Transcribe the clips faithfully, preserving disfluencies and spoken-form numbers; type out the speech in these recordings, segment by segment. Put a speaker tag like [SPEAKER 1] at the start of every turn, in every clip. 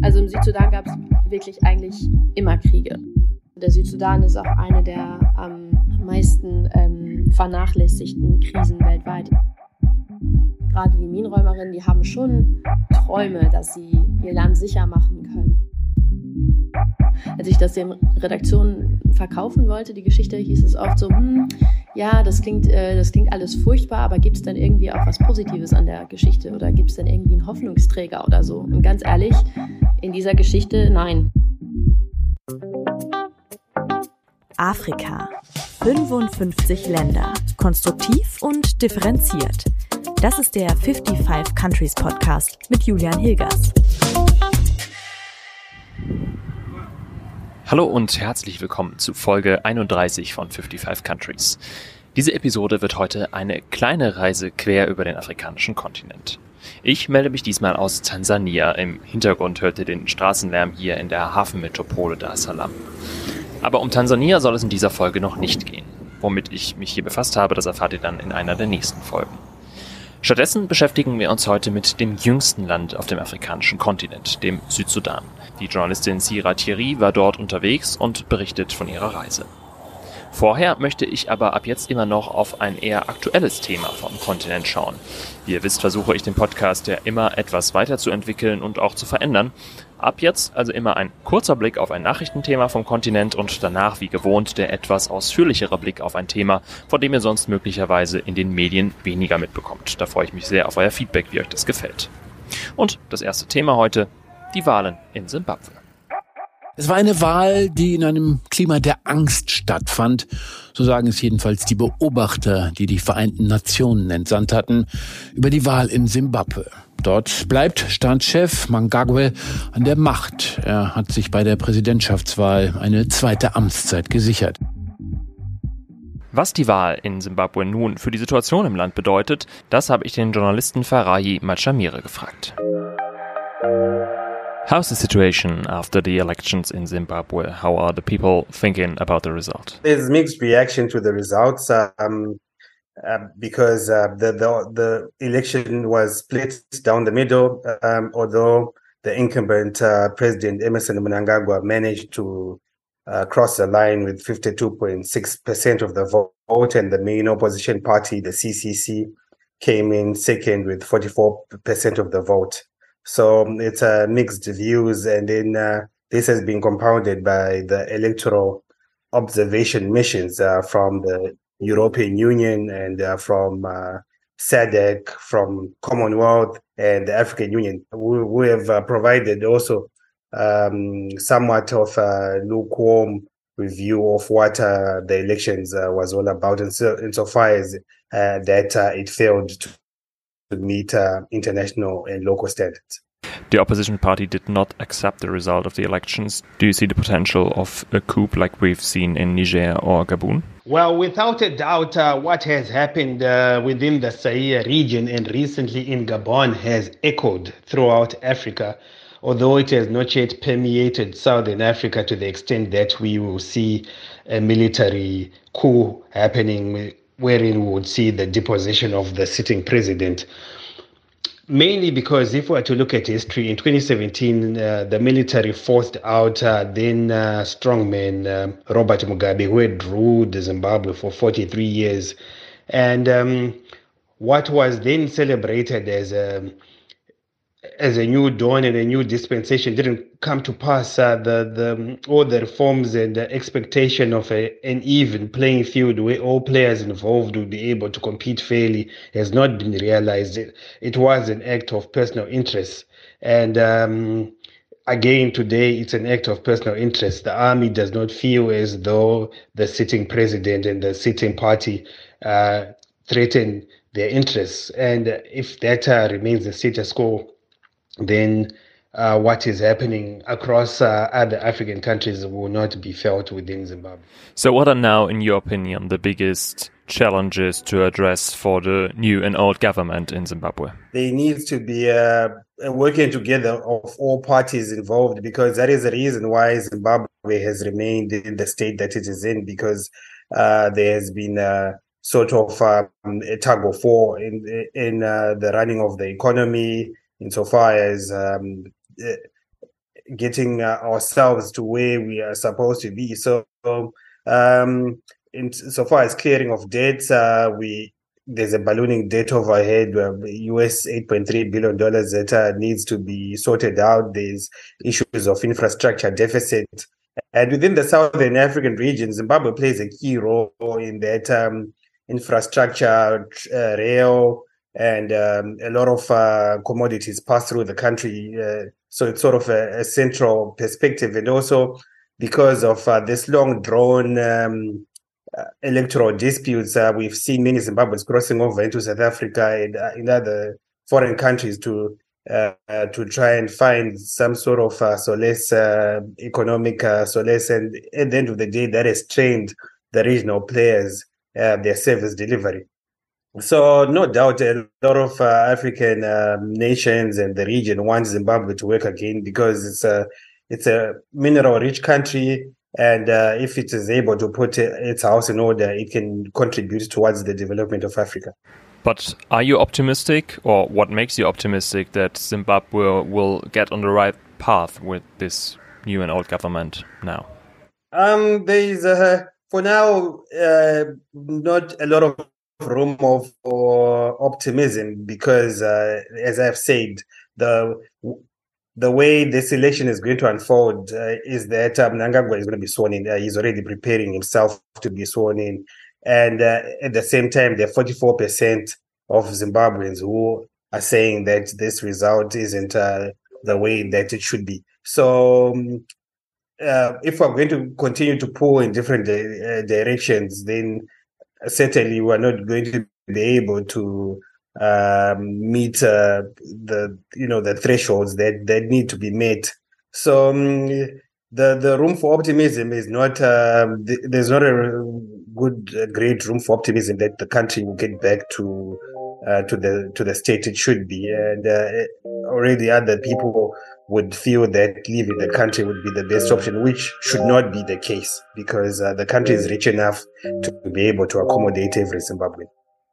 [SPEAKER 1] Also im Südsudan gab es wirklich eigentlich immer Kriege. Der Südsudan ist auch eine der am meisten ähm, vernachlässigten Krisen weltweit. Gerade die Minenräumerinnen, die haben schon Träume, dass sie ihr Land sicher machen können. Als ich das den Redaktionen verkaufen wollte, die Geschichte, hieß es oft so, hm, ja, das klingt, äh, das klingt alles furchtbar, aber gibt es dann irgendwie auch was Positives an der Geschichte oder gibt es dann irgendwie einen Hoffnungsträger oder so? Und ganz ehrlich, in dieser Geschichte, nein.
[SPEAKER 2] Afrika. fünfundfünfzig Länder. Konstruktiv und differenziert. Das ist der fünfundfünfzig Countries Podcast mit Julian Hilgers.
[SPEAKER 3] Hallo und herzlich willkommen zu Folge einunddreißig von fünfundfünfzig Countries. Diese Episode wird heute eine kleine Reise quer über den afrikanischen Kontinent. Ich melde mich diesmal aus Tansania. Im Hintergrund hört ihr den Straßenlärm hier in der Hafenmetropole Dar es Salaam. Aber um Tansania soll es in dieser Folge noch nicht gehen. Womit ich mich hier befasst habe, das erfahrt ihr dann in einer der nächsten Folgen. Stattdessen beschäftigen wir uns heute mit dem jüngsten Land auf dem afrikanischen Kontinent, dem Südsudan. Die Journalistin Sira Thierry war dort unterwegs und berichtet von ihrer Reise. Vorher möchte ich aber ab jetzt immer noch auf ein eher aktuelles Thema vom Kontinent schauen. Wie ihr wisst, versuche ich den Podcast ja immer etwas weiterzuentwickeln und auch zu verändern. Ab jetzt also immer ein kurzer Blick auf ein Nachrichtenthema vom Kontinent und danach wie gewohnt der etwas ausführlichere Blick auf ein Thema, von dem ihr sonst möglicherweise in den Medien weniger mitbekommt. Da freue ich mich sehr auf euer Feedback, wie euch das gefällt. Und das erste Thema heute, die Wahlen in Simbabwe.
[SPEAKER 4] Es war eine Wahl, die in einem Klima der Angst stattfand. So sagen es jedenfalls die Beobachter, die die Vereinten Nationen entsandt hatten, über die Wahl in Simbabwe. Dort bleibt Staatschef Mnangagwa an der Macht. Er hat sich bei der Präsidentschaftswahl eine zweite Amtszeit gesichert.
[SPEAKER 3] Was die Wahl in Simbabwe nun für die Situation im Land bedeutet, das habe ich den Journalisten Faraji Machamire gefragt. How's the situation after the elections in Zimbabwe? How are the people thinking about the result?
[SPEAKER 5] There's mixed reaction to the results um, uh, because uh, the, the the election was split down the middle. Um, although the incumbent uh, President Emmerson Mnangagwa managed to uh, cross the line with fifty-two point six percent of the vote, and the main opposition party, the C C C, came in second with forty-four percent of the vote. So it's uh, mixed views, and then uh, this has been compounded by the electoral observation missions uh, from the European Union and uh, from uh, S A D C, from Commonwealth and the African Union, who, who have uh, provided also um, somewhat of a lukewarm review of what uh, the elections uh, was all about, and so insofar as uh, that uh, it failed to to meet uh, international and local standards.
[SPEAKER 3] The opposition party did not accept the result of the elections. Do you see the potential of a coup like we've seen in Niger or Gabon?
[SPEAKER 6] Well, without a doubt, uh, what has happened uh, within the Sahel region and recently in Gabon has echoed throughout Africa, although it has not yet permeated Southern Africa to the extent that we will see a military coup happening wherein we would see the deposition of the sitting president. Mainly because if we were to look at history, in twenty seventeen, uh, the military forced out uh, then uh, strongman uh, Robert Mugabe, who had ruled Zimbabwe for forty-three years. And um, what was then celebrated as a as a new dawn and a new dispensation didn't come to pass. Uh, the the all the reforms and the expectation of a, an even playing field where all players involved would be able to compete fairly has not been realized. It, it was an act of personal interest. And um, again, today, it's an act of personal interest. The army does not feel as though the sitting president and the sitting party uh, threaten their interests. And if that uh, remains the status quo, then uh, what is happening across uh, other African countries will not be felt within Zimbabwe.
[SPEAKER 3] So what are now, in your opinion, the biggest challenges to address for the new and old government in Zimbabwe?
[SPEAKER 5] There needs to be a, a working together of all parties involved, because that is the reason why Zimbabwe has remained in the state that it is in, because uh, there has been a sort of um, a tug of war in, in uh, the running of the economy, insofar as um, getting uh, ourselves to where we are supposed to be. So, um, in so far as clearing of debts, uh, we there's a ballooning debt overhead, where U S eight point three billion dollars that uh, needs to be sorted out. There's issues of infrastructure deficit. And within the Southern African region, Zimbabwe plays a key role in that um, infrastructure, uh, rail, and um, a lot of uh, commodities pass through the country. Uh, so it's sort of a, a central perspective. And also because of uh, this long-drawn um, uh, electoral disputes, uh, we've seen many Zimbabweans crossing over into South Africa and uh, in other foreign countries to uh, uh, to try and find some sort of uh, solace, uh, economic uh, solace. And at the end of the day, that has trained the regional players, uh, their service delivery. So no doubt a lot of uh, African uh, nations and the region want Zimbabwe to work again because it's a, it's a mineral-rich country. And uh, if it is able to put its house in order, it can contribute towards the development of Africa.
[SPEAKER 3] But are you optimistic, or what makes you optimistic that Zimbabwe will get on the right path with this new and old government now?
[SPEAKER 5] Um, there is, uh, for now, uh, not a lot of room of for optimism because, uh, as I've said, the the way this election is going to unfold uh, is that um, Mnangagwa is going to be sworn in. Uh, he's already preparing himself to be sworn in. And uh, at the same time, there are forty-four percent of Zimbabweans who are saying that this result isn't uh, the way that it should be. So um, uh, if we're going to continue to pull in different di- uh, directions, then certainly we're not going to be able to um, meet uh, the you know the thresholds that, that need to be met. So um, the the room for optimism is not um, th- there's not a good uh, great room for optimism that the country will get back to uh, to the to the state it should be, and uh, already other people would feel that leaving the country would be the best option, which should not be the case because uh, the country is rich enough to be able to accommodate every Zimbabwean.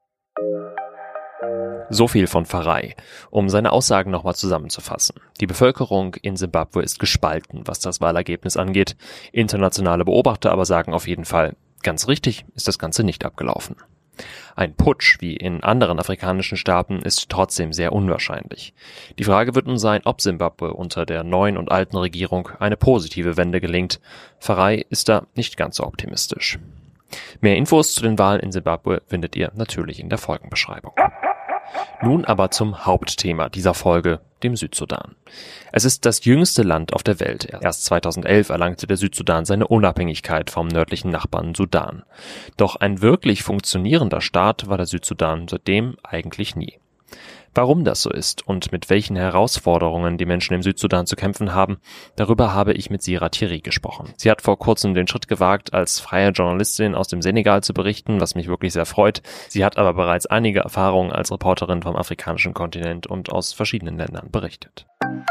[SPEAKER 3] So viel von Farai. Um seine Aussagen nochmal zusammenzufassen. Die Bevölkerung in Zimbabwe ist gespalten, was das Wahlergebnis angeht. Internationale Beobachter aber sagen auf jeden Fall, ganz richtig ist das Ganze nicht abgelaufen. Ein Putsch wie in anderen afrikanischen Staaten ist trotzdem sehr unwahrscheinlich. Die Frage wird nun sein, ob Zimbabwe unter der neuen und alten Regierung eine positive Wende gelingt. Farai ist da nicht ganz so optimistisch. Mehr Infos zu den Wahlen in Zimbabwe findet ihr natürlich in der Folgenbeschreibung. Nun aber zum Hauptthema dieser Folge, dem Südsudan. Es ist das jüngste Land auf der Welt. Erst zweitausendelf erlangte der Südsudan seine Unabhängigkeit vom nördlichen Nachbarn Sudan. Doch ein wirklich funktionierender Staat war der Südsudan seitdem eigentlich nie. Warum das so ist und mit welchen Herausforderungen die Menschen im Südsudan zu kämpfen haben, darüber habe ich mit Sira Thierry gesprochen. Sie hat vor kurzem den Schritt gewagt, als freie Journalistin aus dem Senegal zu berichten, was mich wirklich sehr freut. Sie hat aber bereits einige Erfahrungen als Reporterin vom afrikanischen Kontinent und aus verschiedenen Ländern berichtet.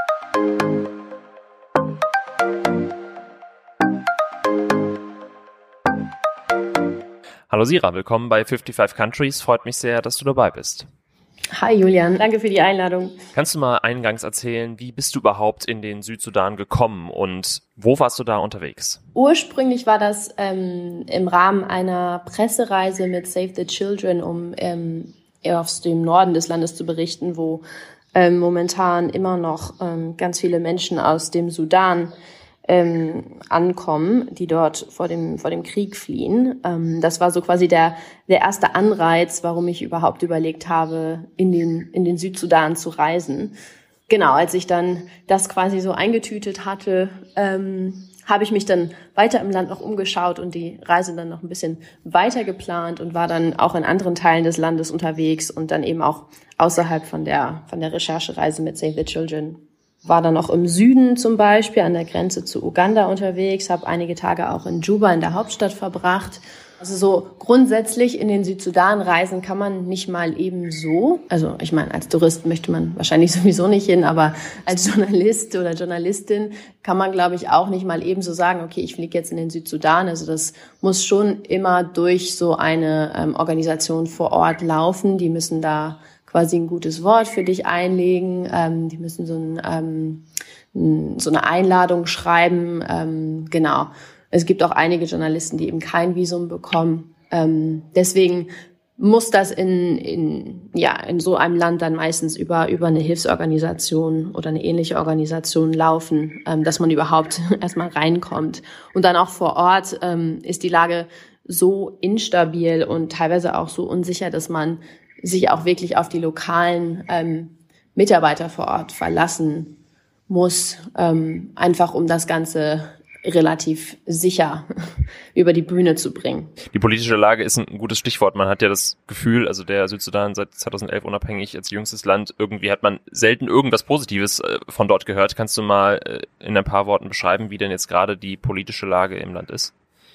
[SPEAKER 3] Hallo Sira, willkommen bei fifty-five Countries. Freut mich sehr, dass du dabei bist.
[SPEAKER 1] Hi Julian, danke für die Einladung.
[SPEAKER 3] Kannst du mal eingangs erzählen, wie bist du überhaupt in den Südsudan gekommen und wo warst du da unterwegs?
[SPEAKER 1] Ursprünglich war das ähm, im Rahmen einer Pressereise mit Save the Children, um ähm, aus dem Norden des Landes zu berichten, wo ähm, momentan immer noch ähm, ganz viele Menschen aus dem Sudan ähm, ankommen, die dort vor dem vor dem Krieg fliehen. Ähm, das war so quasi der der erste Anreiz, warum ich überhaupt überlegt habe, in den in den Südsudan zu reisen. Genau, als ich dann das quasi so eingetütet hatte, ähm, habe ich mich dann weiter im Land noch umgeschaut und die Reise dann noch ein bisschen weiter geplant und war dann auch in anderen Teilen des Landes unterwegs und dann eben auch außerhalb von der von der Recherchereise mit Save the Children. War dann auch im Süden zum Beispiel an der Grenze zu Uganda unterwegs, habe einige Tage auch in Juba in der Hauptstadt verbracht. Also so grundsätzlich in den Südsudan reisen kann man nicht mal eben so. Also ich meine, als Tourist möchte man wahrscheinlich sowieso nicht hin, aber als Journalist oder Journalistin kann man, glaube ich, auch nicht mal eben so sagen, okay, ich fliege jetzt in den Südsudan. Also das muss schon immer durch so eine ähm, Organisation vor Ort laufen. Die müssen da quasi ein gutes Wort für dich einlegen. Ähm, die müssen so ein ähm, so eine Einladung schreiben. Ähm, genau. Es gibt auch einige Journalisten, die eben kein Visum bekommen. Ähm, deswegen muss das in, in, ja, in so einem Land dann meistens über, über eine Hilfsorganisation oder eine ähnliche Organisation laufen, ähm, dass man überhaupt erstmal reinkommt. Und dann auch vor Ort ähm, ist die Lage so instabil und teilweise auch so unsicher, dass man sich auch wirklich auf die lokalen ähm, Mitarbeiter vor Ort verlassen muss, ähm, einfach um das Ganze relativ sicher über die Bühne zu bringen.
[SPEAKER 3] Die politische Lage ist ein gutes Stichwort. Man hat ja das Gefühl, also der Südsudan seit zweitausendelf unabhängig als jüngstes Land, irgendwie hat man selten irgendwas Positives von dort gehört. Kannst du mal in ein paar Worten beschreiben, wie denn jetzt gerade die politische Lage im Land ist?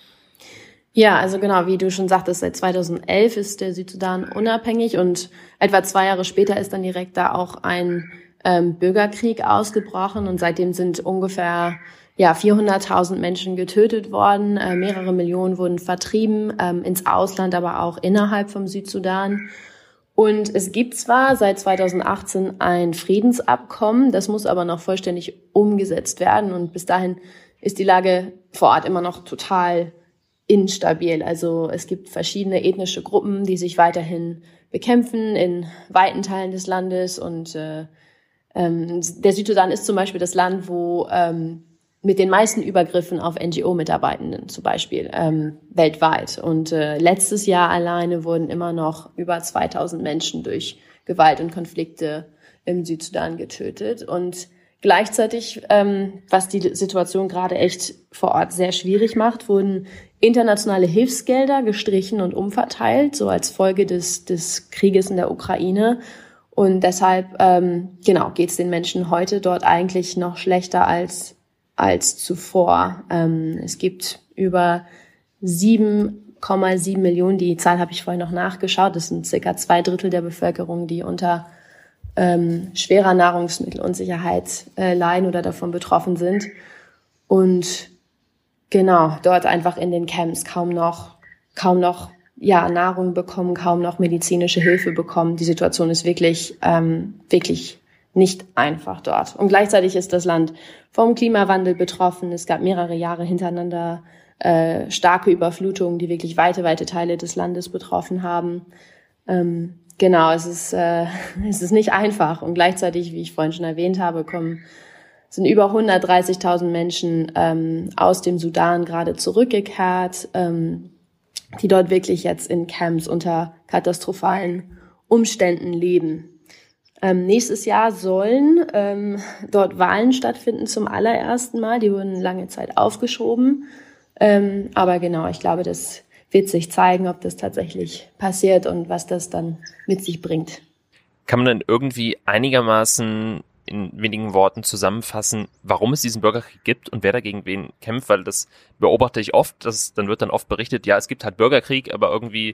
[SPEAKER 1] Ja, also genau, wie du schon sagtest, seit zweitausendelf ist der Südsudan unabhängig und etwa zwei Jahre später ist dann direkt da auch ein ähm, Bürgerkrieg ausgebrochen und seitdem sind ungefähr ja vierhunderttausend Menschen getötet worden, äh, mehrere Millionen wurden vertrieben, ähm, ins Ausland, aber auch innerhalb vom Südsudan. Und es gibt zwar seit zweitausendachtzehn ein Friedensabkommen, das muss aber noch vollständig umgesetzt werden und bis dahin ist die Lage vor Ort immer noch total instabil. Also es gibt verschiedene ethnische Gruppen, die sich weiterhin bekämpfen in weiten Teilen des Landes und äh, ähm, der Südsudan ist zum Beispiel das Land, wo ähm, mit den meisten Übergriffen auf N G O-Mitarbeitenden zum Beispiel ähm, weltweit. Und äh, letztes Jahr alleine wurden immer noch über zweitausend Menschen durch Gewalt und Konflikte im Südsudan getötet. Und gleichzeitig, ähm, was die Situation gerade echt vor Ort sehr schwierig macht, wurden internationale Hilfsgelder gestrichen und umverteilt, so als Folge des, des Krieges in der Ukraine. Und deshalb, ähm, genau, geht es den Menschen heute dort eigentlich noch schlechter als als zuvor. Ähm, es gibt über sieben Komma sieben Millionen, die Zahl habe ich vorhin noch nachgeschaut, das sind circa zwei Drittel der Bevölkerung, die unter ähm, schwerer Nahrungsmittelunsicherheit äh, leiden oder davon betroffen sind. Und genau, dort einfach in den Camps kaum noch, kaum noch ja, Nahrung bekommen, kaum noch medizinische Hilfe bekommen. Die Situation ist wirklich, ähm, wirklich nicht einfach dort. Und gleichzeitig ist das Land vom Klimawandel betroffen. Es gab mehrere Jahre hintereinander äh, starke Überflutungen, die wirklich weite, weite Teile des Landes betroffen haben. Ähm, genau, es ist, äh, es ist nicht einfach. Und gleichzeitig, wie ich vorhin schon erwähnt habe, kommen sind über hundertdreißigtausend Menschen ähm, aus dem Sudan gerade zurückgekehrt, ähm, die dort wirklich jetzt in Camps unter katastrophalen Umständen leben. Ähm, nächstes Jahr sollen ähm, dort Wahlen stattfinden zum allerersten Mal. Die wurden lange Zeit aufgeschoben. Ähm, aber genau, ich glaube, das wird sich zeigen, ob das tatsächlich passiert und was das dann mit sich bringt.
[SPEAKER 3] Kann man denn irgendwie einigermaßen in wenigen Worten zusammenfassen, warum es diesen Bürgerkrieg gibt und wer dagegen wen kämpft, weil das beobachte ich oft, dass dann wird dann oft berichtet, ja, es gibt halt Bürgerkrieg, aber irgendwie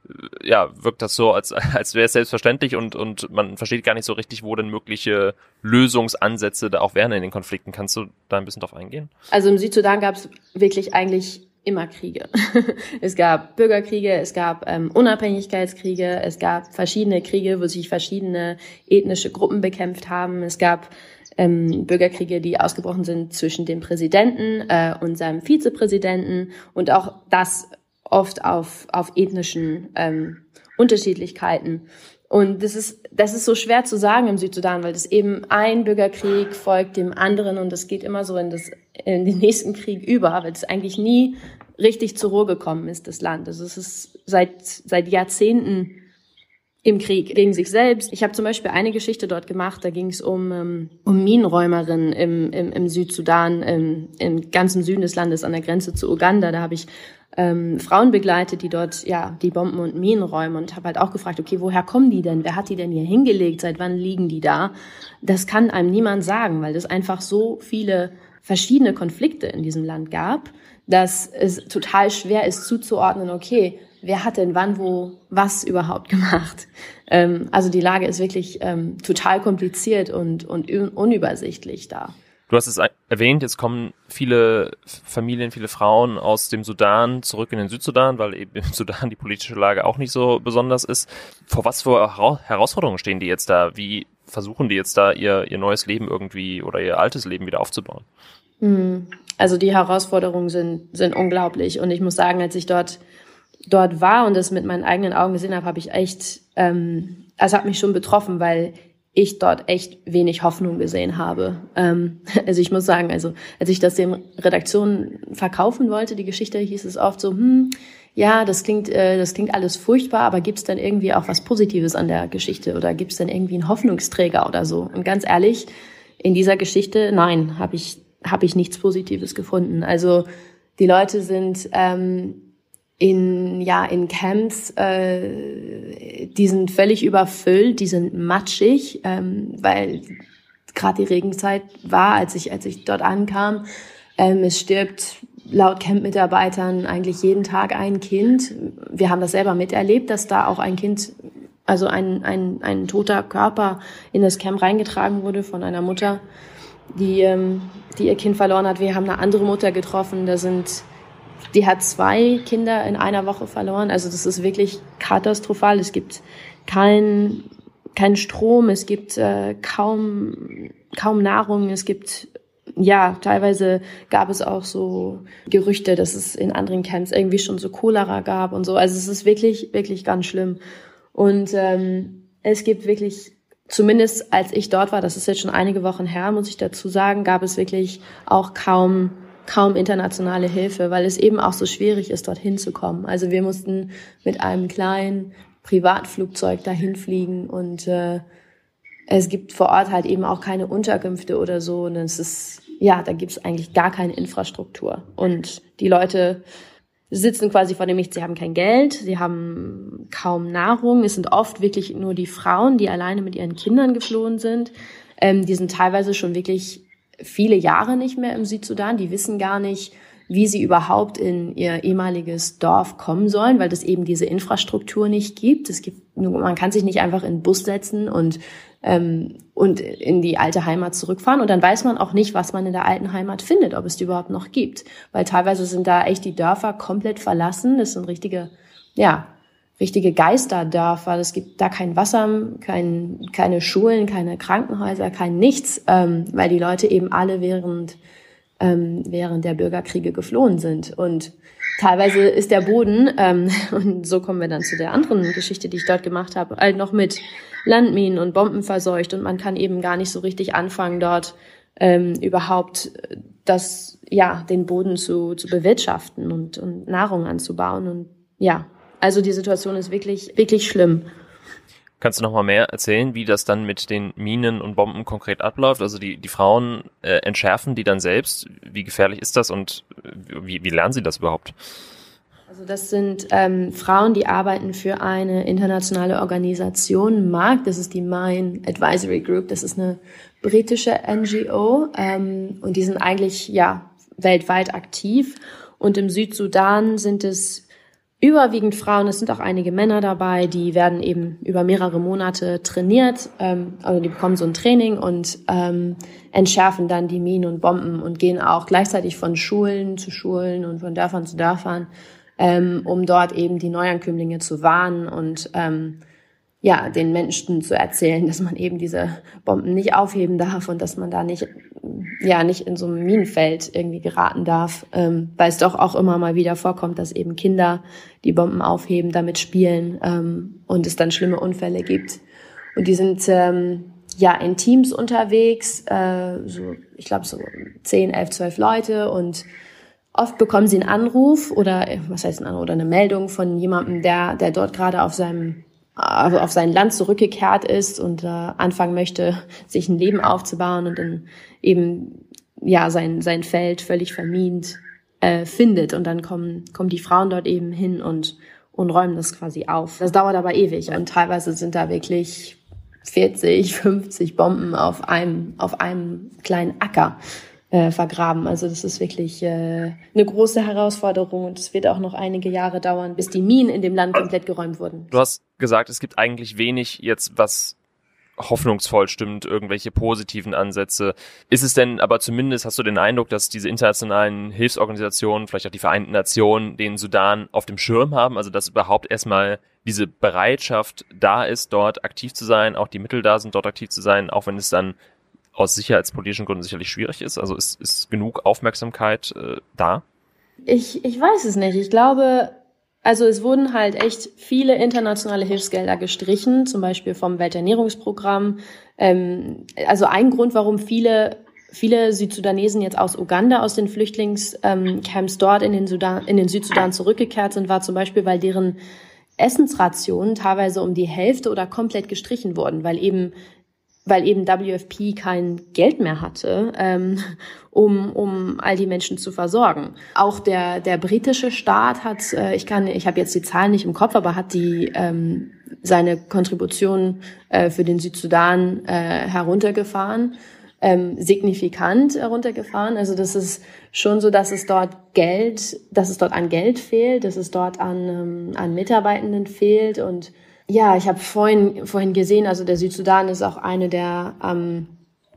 [SPEAKER 3] ja, wirkt das so, als als wäre es selbstverständlich und und man versteht gar nicht so richtig, wo denn mögliche Lösungsansätze da auch wären in den Konflikten. Kannst du da ein bisschen drauf eingehen?
[SPEAKER 1] Also im Südsudan gab es wirklich eigentlich immer Kriege. Es gab Bürgerkriege, es gab ähm, Unabhängigkeitskriege, es gab verschiedene Kriege, wo sich verschiedene ethnische Gruppen bekämpft haben. Es gab ähm, Bürgerkriege, die ausgebrochen sind zwischen dem Präsidenten äh, und seinem Vizepräsidenten und auch das oft auf auf ethnischen ähm, Unterschiedlichkeiten. Und das ist das ist so schwer zu sagen im Südsudan, weil das eben ein Bürgerkrieg folgt dem anderen und das geht immer so in das in den nächsten Krieg über, weil es eigentlich nie richtig zur Ruhe gekommen ist, das Land. Also es ist seit seit Jahrzehnten im Krieg gegen sich selbst. Ich habe zum Beispiel eine Geschichte dort gemacht, da ging es um ähm, um Minenräumerinnen im im, im Südsudan, im, im ganzen Süden des Landes an der Grenze zu Uganda. Da habe ich ähm, Frauen begleitet, die dort ja die Bomben und Minen räumen und habe halt auch gefragt, okay, woher kommen die denn? Wer hat die denn hier hingelegt? Seit wann liegen die da? Das kann einem niemand sagen, weil es einfach so viele verschiedene Konflikte in diesem Land gab, dass es total schwer ist zuzuordnen, okay, wer hat denn wann wo was überhaupt gemacht? Ähm, also die Lage ist wirklich ähm, total kompliziert und, und unübersichtlich da.
[SPEAKER 3] Du hast es erwähnt, jetzt kommen viele Familien, viele Frauen aus dem Sudan zurück in den Südsudan, weil eben im Sudan die politische Lage auch nicht so besonders ist. Vor was für Herausforderungen stehen die jetzt da? Wie versuchen die jetzt da ihr, ihr neues Leben irgendwie oder ihr altes Leben wieder aufzubauen?
[SPEAKER 1] Also die Herausforderungen sind, sind unglaublich. Und ich muss sagen, als ich dort, dort war und das mit meinen eigenen Augen gesehen habe, habe ich echt, ähm, es hat mich schon betroffen, weil ich dort echt wenig Hoffnung gesehen habe. Ähm, also ich muss sagen, also als ich das den Redaktionen verkaufen wollte, die Geschichte, hieß es oft so, hm, ja, das klingt, äh, das klingt alles furchtbar, aber gibt es dann irgendwie auch was Positives an der Geschichte oder gibt es dann irgendwie einen Hoffnungsträger oder so? Und ganz ehrlich, in dieser Geschichte, nein, habe ich habe ich nichts Positives gefunden. Also die Leute sind ähm, in ja in Camps, äh, die sind völlig überfüllt, die sind matschig, ähm, weil gerade die Regenzeit war, als ich als ich dort ankam. Ähm, es stirbt laut Camp-Mitarbeitern eigentlich jeden Tag ein Kind. Wir haben das selber miterlebt, dass da auch ein Kind, also ein ein ein toter Körper in das Camp reingetragen wurde von einer Mutter, die ähm, die ihr Kind verloren hat. Wir haben eine andere Mutter getroffen, da sind, die hat zwei Kinder in einer Woche verloren. Also das ist wirklich katastrophal. Es gibt kein kein Strom, es gibt äh, kaum kaum Nahrung, es gibt ja, teilweise gab es auch so Gerüchte, dass es in anderen Camps irgendwie schon so Cholera gab und so. Also es ist wirklich, wirklich ganz schlimm. Und ähm, es gibt wirklich, zumindest als ich dort war, das ist jetzt schon einige Wochen her, muss ich dazu sagen, gab es wirklich auch kaum kaum internationale Hilfe, weil es eben auch so schwierig ist, dorthin zu kommen. Also wir mussten mit einem kleinen Privatflugzeug dahin fliegen und äh, es gibt vor Ort halt eben auch keine Unterkünfte oder so. Und es ist, ja, da gibt es eigentlich gar keine Infrastruktur. Und die Leute sitzen quasi vor dem Nichts. Sie haben kein Geld, sie haben kaum Nahrung. Es sind oft wirklich nur die Frauen, die alleine mit ihren Kindern geflohen sind. Ähm, die sind teilweise schon wirklich viele Jahre nicht mehr im Südsudan. Die wissen gar nicht, wie sie überhaupt in ihr ehemaliges Dorf kommen sollen, weil es eben diese Infrastruktur nicht gibt. Es gibt, man kann sich nicht einfach in den Bus setzen und ähm, und in die alte Heimat zurückfahren. Und dann weiß man auch nicht, was man in der alten Heimat findet, ob es die überhaupt noch gibt. Weil teilweise sind da echt die Dörfer komplett verlassen. Das sind richtige, ja, richtige Geisterdörfer. Es gibt da kein Wasser, kein, keine Schulen, keine Krankenhäuser, kein nichts, ähm, weil die Leute eben alle während ähm, während der Bürgerkriege geflohen sind. Und teilweise ist der Boden, ähm, und so kommen wir dann zu der anderen Geschichte, die ich dort gemacht habe, halt noch mit Landminen und Bomben verseucht und man kann eben gar nicht so richtig anfangen, dort ähm, überhaupt das, ja, den Boden zu, zu bewirtschaften und, und Nahrung anzubauen. Und ja, also die Situation ist wirklich, wirklich schlimm.
[SPEAKER 3] Kannst du noch mal mehr erzählen, wie das dann mit den Minen und Bomben konkret abläuft? Also die, die Frauen äh, entschärfen die dann selbst. Wie gefährlich ist das und wie, wie lernen sie das überhaupt?
[SPEAKER 1] Also das sind ähm, Frauen, die arbeiten für eine internationale Organisation, M A G, das ist die Mine Advisory Group, das ist eine britische N G O ähm, und die sind eigentlich ja weltweit aktiv. Und im Südsudan sind es überwiegend Frauen, es sind auch einige Männer dabei, die werden eben über mehrere Monate trainiert, ähm, also die bekommen so ein Training und ähm, entschärfen dann die Minen und Bomben und gehen auch gleichzeitig von Schulen zu Schulen und von Dörfern zu Dörfern, ähm, um dort eben die Neuankömmlinge zu warnen und ähm, ja, den Menschen zu erzählen, dass man eben diese Bomben nicht aufheben darf und dass man da nicht, ja, nicht in so einem Minenfeld irgendwie geraten darf, ähm, weil es doch auch immer mal wieder vorkommt, dass eben Kinder die Bomben aufheben, damit spielen, ähm, und es dann schlimme Unfälle gibt. Und die sind, ähm, ja, in Teams unterwegs, äh, so, ich glaube so zehn, elf, zwölf Leute und oft bekommen sie einen Anruf oder, was heißt ein Anruf, oder eine Meldung von jemandem, der, der dort gerade auf seinem also auf sein Land zurückgekehrt ist und äh, anfangen möchte, sich ein Leben aufzubauen und dann eben ja sein sein Feld völlig vermint äh, findet und dann kommen kommen die Frauen dort eben hin und und räumen das quasi auf. Das dauert aber ewig und teilweise sind da wirklich vierzig, fünfzig Bomben auf einem auf einem kleinen Acker äh, vergraben. Also das ist wirklich äh, eine große Herausforderung und es wird auch noch einige Jahre dauern, bis die Minen in dem Land komplett geräumt wurden.
[SPEAKER 3] Du hast gesagt, es gibt eigentlich wenig jetzt, was hoffnungsvoll stimmt, irgendwelche positiven Ansätze. Ist es denn aber zumindest, hast du den Eindruck, dass diese internationalen Hilfsorganisationen, vielleicht auch die Vereinten Nationen, den Sudan auf dem Schirm haben, also dass überhaupt erstmal diese Bereitschaft da ist, dort aktiv zu sein, auch die Mittel da sind, dort aktiv zu sein, auch wenn es dann aus sicherheitspolitischen Gründen sicherlich schwierig ist? Also ist, ist genug Aufmerksamkeit äh, da?
[SPEAKER 1] Ich, ich weiß es nicht. Ich glaube, also es wurden halt echt viele internationale Hilfsgelder gestrichen, zum Beispiel vom Welternährungsprogramm. Ähm, also ein Grund, warum viele viele Südsudanesen jetzt aus Uganda, aus den Flüchtlingscamps ähm, dort in den Sudan, in den Südsudan zurückgekehrt sind, war zum Beispiel, weil deren Essensrationen teilweise um die Hälfte oder komplett gestrichen wurden, weil eben weil eben W F P kein Geld mehr hatte, ähm, um um all die Menschen zu versorgen. Auch der der britische Staat hat, äh, ich kann, ich habe jetzt die Zahlen nicht im Kopf, aber hat die ähm, seine Kontribution äh, für den Südsudan äh, heruntergefahren, ähm, signifikant heruntergefahren. Also das ist schon so, dass es dort Geld, dass es dort an Geld fehlt, dass es dort an ähm, an Mitarbeitenden fehlt. Und ja, ich habe vorhin vorhin gesehen, also der Südsudan ist auch eine der ähm,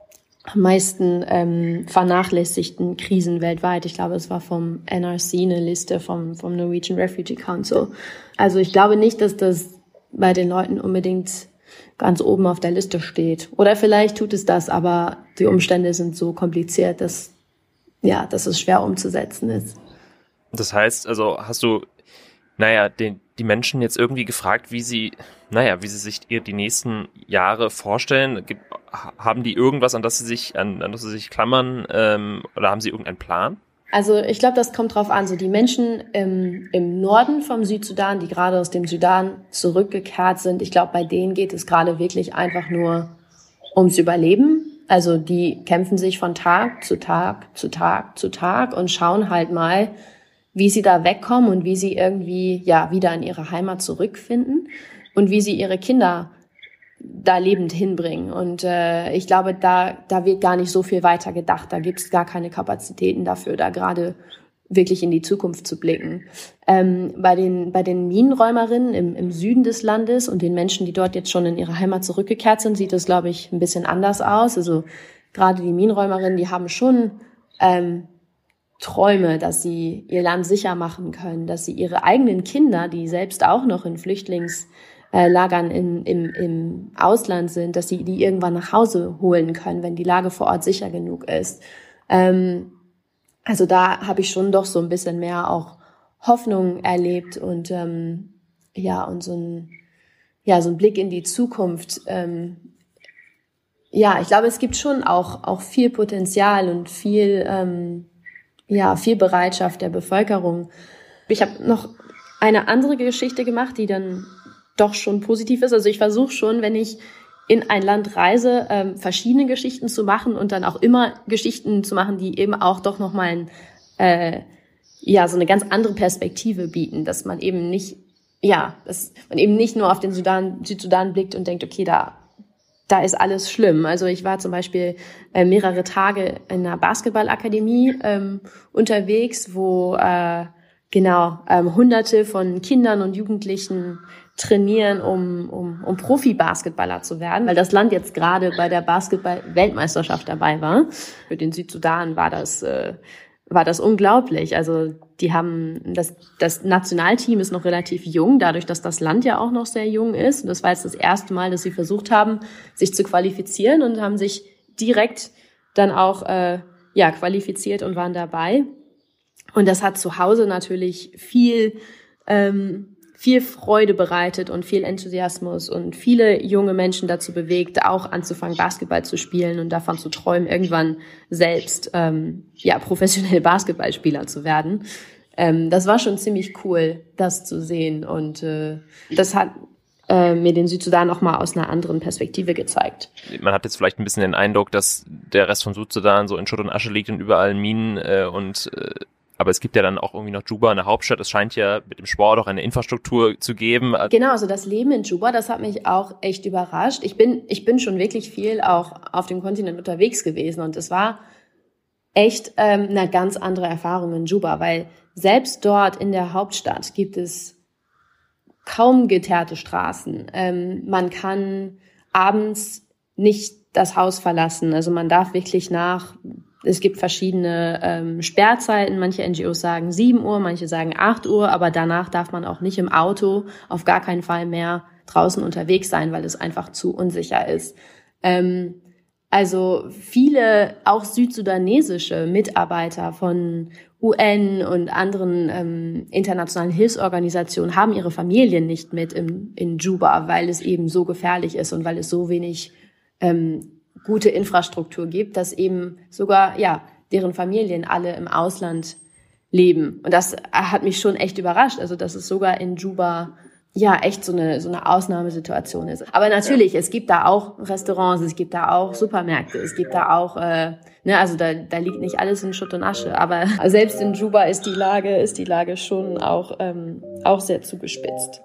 [SPEAKER 1] am meisten ähm, vernachlässigten Krisen weltweit. Ich glaube, es war vom N R C eine Liste vom vom Norwegian Refugee Council. Also ich glaube nicht, dass das bei den Leuten unbedingt ganz oben auf der Liste steht. Oder vielleicht tut es das, aber die Umstände sind so kompliziert, dass ja, dass es schwer umzusetzen ist.
[SPEAKER 3] Das heißt, also hast du, naja, den die Menschen jetzt irgendwie gefragt, wie sie, naja, wie sie sich ihr die nächsten Jahre vorstellen? Gibt, haben die irgendwas, an das sie sich, an, an das sie sich klammern, ähm, oder haben sie irgendeinen Plan?
[SPEAKER 1] Also ich glaube, das kommt drauf an. So die Menschen im, im Norden vom Südsudan, die gerade aus dem Sudan zurückgekehrt sind, ich glaube, bei denen geht es gerade wirklich einfach nur ums Überleben. Also die kämpfen sich von Tag zu Tag zu Tag zu Tag und schauen halt mal, wie sie da wegkommen und wie sie irgendwie ja wieder in ihre Heimat zurückfinden und wie sie ihre Kinder da lebend hinbringen. Und äh, ich glaube, da da wird gar nicht so viel weiter gedacht. Da gibt es gar keine Kapazitäten dafür, da gerade wirklich in die Zukunft zu blicken. Ähm, bei den bei den Minenräumerinnen im, im Süden des Landes und den Menschen, die dort jetzt schon in ihre Heimat zurückgekehrt sind, sieht es, glaube ich, ein bisschen anders aus. Also gerade die Minenräumerinnen, die haben schon ähm, Träume, dass sie ihr Land sicher machen können, dass sie ihre eigenen Kinder, die selbst auch noch in Flüchtlingslagern in, im, im Ausland sind, dass sie die irgendwann nach Hause holen können, wenn die Lage vor Ort sicher genug ist. Ähm, also da habe ich schon doch so ein bisschen mehr auch Hoffnung erlebt und ähm, ja und so ein ja so ein Blick in die Zukunft. Ähm, ja, ich glaube, es gibt schon auch auch viel Potenzial und viel ähm, ja, viel Bereitschaft der Bevölkerung. Ich habe noch eine andere Geschichte gemacht, die dann doch schon positiv ist. Also ich versuche schon, wenn ich in ein Land reise, ähm, verschiedene Geschichten zu machen und dann auch immer Geschichten zu machen, die eben auch doch nochmal ein, äh, ja, so eine ganz andere Perspektive bieten, dass man eben nicht, ja, dass man eben nicht nur auf den Sudan, Südsudan blickt und denkt, okay, da Da ist alles schlimm. Also ich war zum Beispiel äh, mehrere Tage in einer Basketballakademie ähm, unterwegs, wo äh, genau ähm, Hunderte von Kindern und Jugendlichen trainieren, um um, um Profi-Basketballer zu werden, weil das Land jetzt gerade bei der Basketball-Weltmeisterschaft dabei war. Für den Südsudan war das äh, war das unglaublich. Also die haben, das, das Nationalteam ist noch relativ jung, dadurch, dass das Land ja auch noch sehr jung ist. Und das war jetzt das erste Mal, dass sie versucht haben, sich zu qualifizieren und haben sich direkt dann auch äh, ja qualifiziert und waren dabei. Und das hat zu Hause natürlich viel ähm, viel Freude bereitet und viel Enthusiasmus und viele junge Menschen dazu bewegt, auch anzufangen, Basketball zu spielen und davon zu träumen, irgendwann selbst ähm, ja professionelle Basketballspieler zu werden. Ähm, das war schon ziemlich cool, das zu sehen. Und äh, das hat äh, mir den Südsudan auch mal aus einer anderen Perspektive gezeigt.
[SPEAKER 3] Man hat jetzt vielleicht ein bisschen den Eindruck, dass der Rest von Südsudan so in Schutt und Asche liegt und überall Minen äh, und äh, aber es gibt ja dann auch irgendwie noch Juba, eine Hauptstadt. Es scheint ja mit dem Sport auch eine Infrastruktur zu geben.
[SPEAKER 1] Genau, also das Leben in Juba, das hat mich auch echt überrascht. Ich bin, ich bin schon wirklich viel auch auf dem Kontinent unterwegs gewesen und es war echt ähm, eine ganz andere Erfahrung in Juba, weil selbst dort in der Hauptstadt gibt es kaum geteerte Straßen. Ähm, man kann abends nicht das Haus verlassen. Also man darf wirklich nach, es gibt verschiedene ähm, Sperrzeiten. Manche N G Os sagen sieben Uhr, manche sagen acht Uhr, aber danach darf man auch nicht im Auto auf gar keinen Fall mehr draußen unterwegs sein, weil es einfach zu unsicher ist. Ähm, also viele, auch südsudanesische Mitarbeiter von U N und anderen ähm, internationalen Hilfsorganisationen haben ihre Familien nicht mit im, in Juba, weil es eben so gefährlich ist und weil es so wenig ähm, gute Infrastruktur gibt, dass eben sogar ja deren Familien alle im Ausland leben. Und das hat mich schon echt überrascht, also dass es sogar in Juba ja echt so eine so eine Ausnahmesituation ist. Aber natürlich, es gibt da auch Restaurants, es gibt da auch Supermärkte, es gibt da auch äh, ne, also da da liegt nicht alles in Schutt und Asche, aber selbst in Juba ist die Lage ist die Lage schon auch ähm, auch sehr zugespitzt.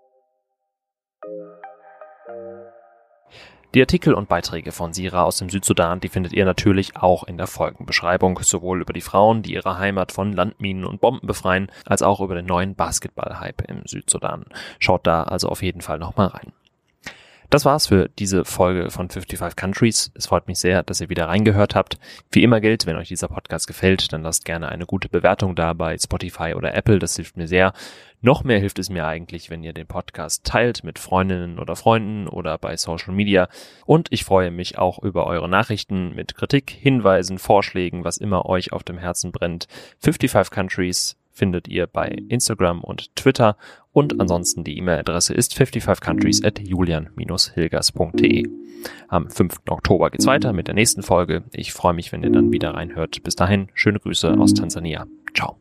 [SPEAKER 3] Die Artikel und Beiträge von Sira aus dem Südsudan, die findet ihr natürlich auch in der Folgenbeschreibung, sowohl über die Frauen, die ihre Heimat von Landminen und Bomben befreien, als auch über den neuen Basketball-Hype im Südsudan. Schaut da also auf jeden Fall nochmal rein. Das war's für diese Folge von fifty-five Countries. Es freut mich sehr, dass ihr wieder reingehört habt. Wie immer gilt, wenn euch dieser Podcast gefällt, dann lasst gerne eine gute Bewertung da bei Spotify oder Apple. Das hilft mir sehr. Noch mehr hilft es mir eigentlich, wenn ihr den Podcast teilt mit Freundinnen oder Freunden oder bei Social Media. Und ich freue mich auch über eure Nachrichten mit Kritik, Hinweisen, Vorschlägen, was immer euch auf dem Herzen brennt. fifty-five Countries findet ihr bei Instagram und Twitter. Und ansonsten die E-Mail-Adresse ist fifty-five countries at julian dash hilgers punkt de. Am fünften Oktober geht's weiter mit der nächsten Folge. Ich freue mich, wenn ihr dann wieder reinhört. Bis dahin, schöne Grüße aus Tansania. Ciao.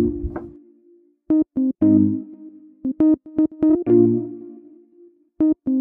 [SPEAKER 7] Thank you.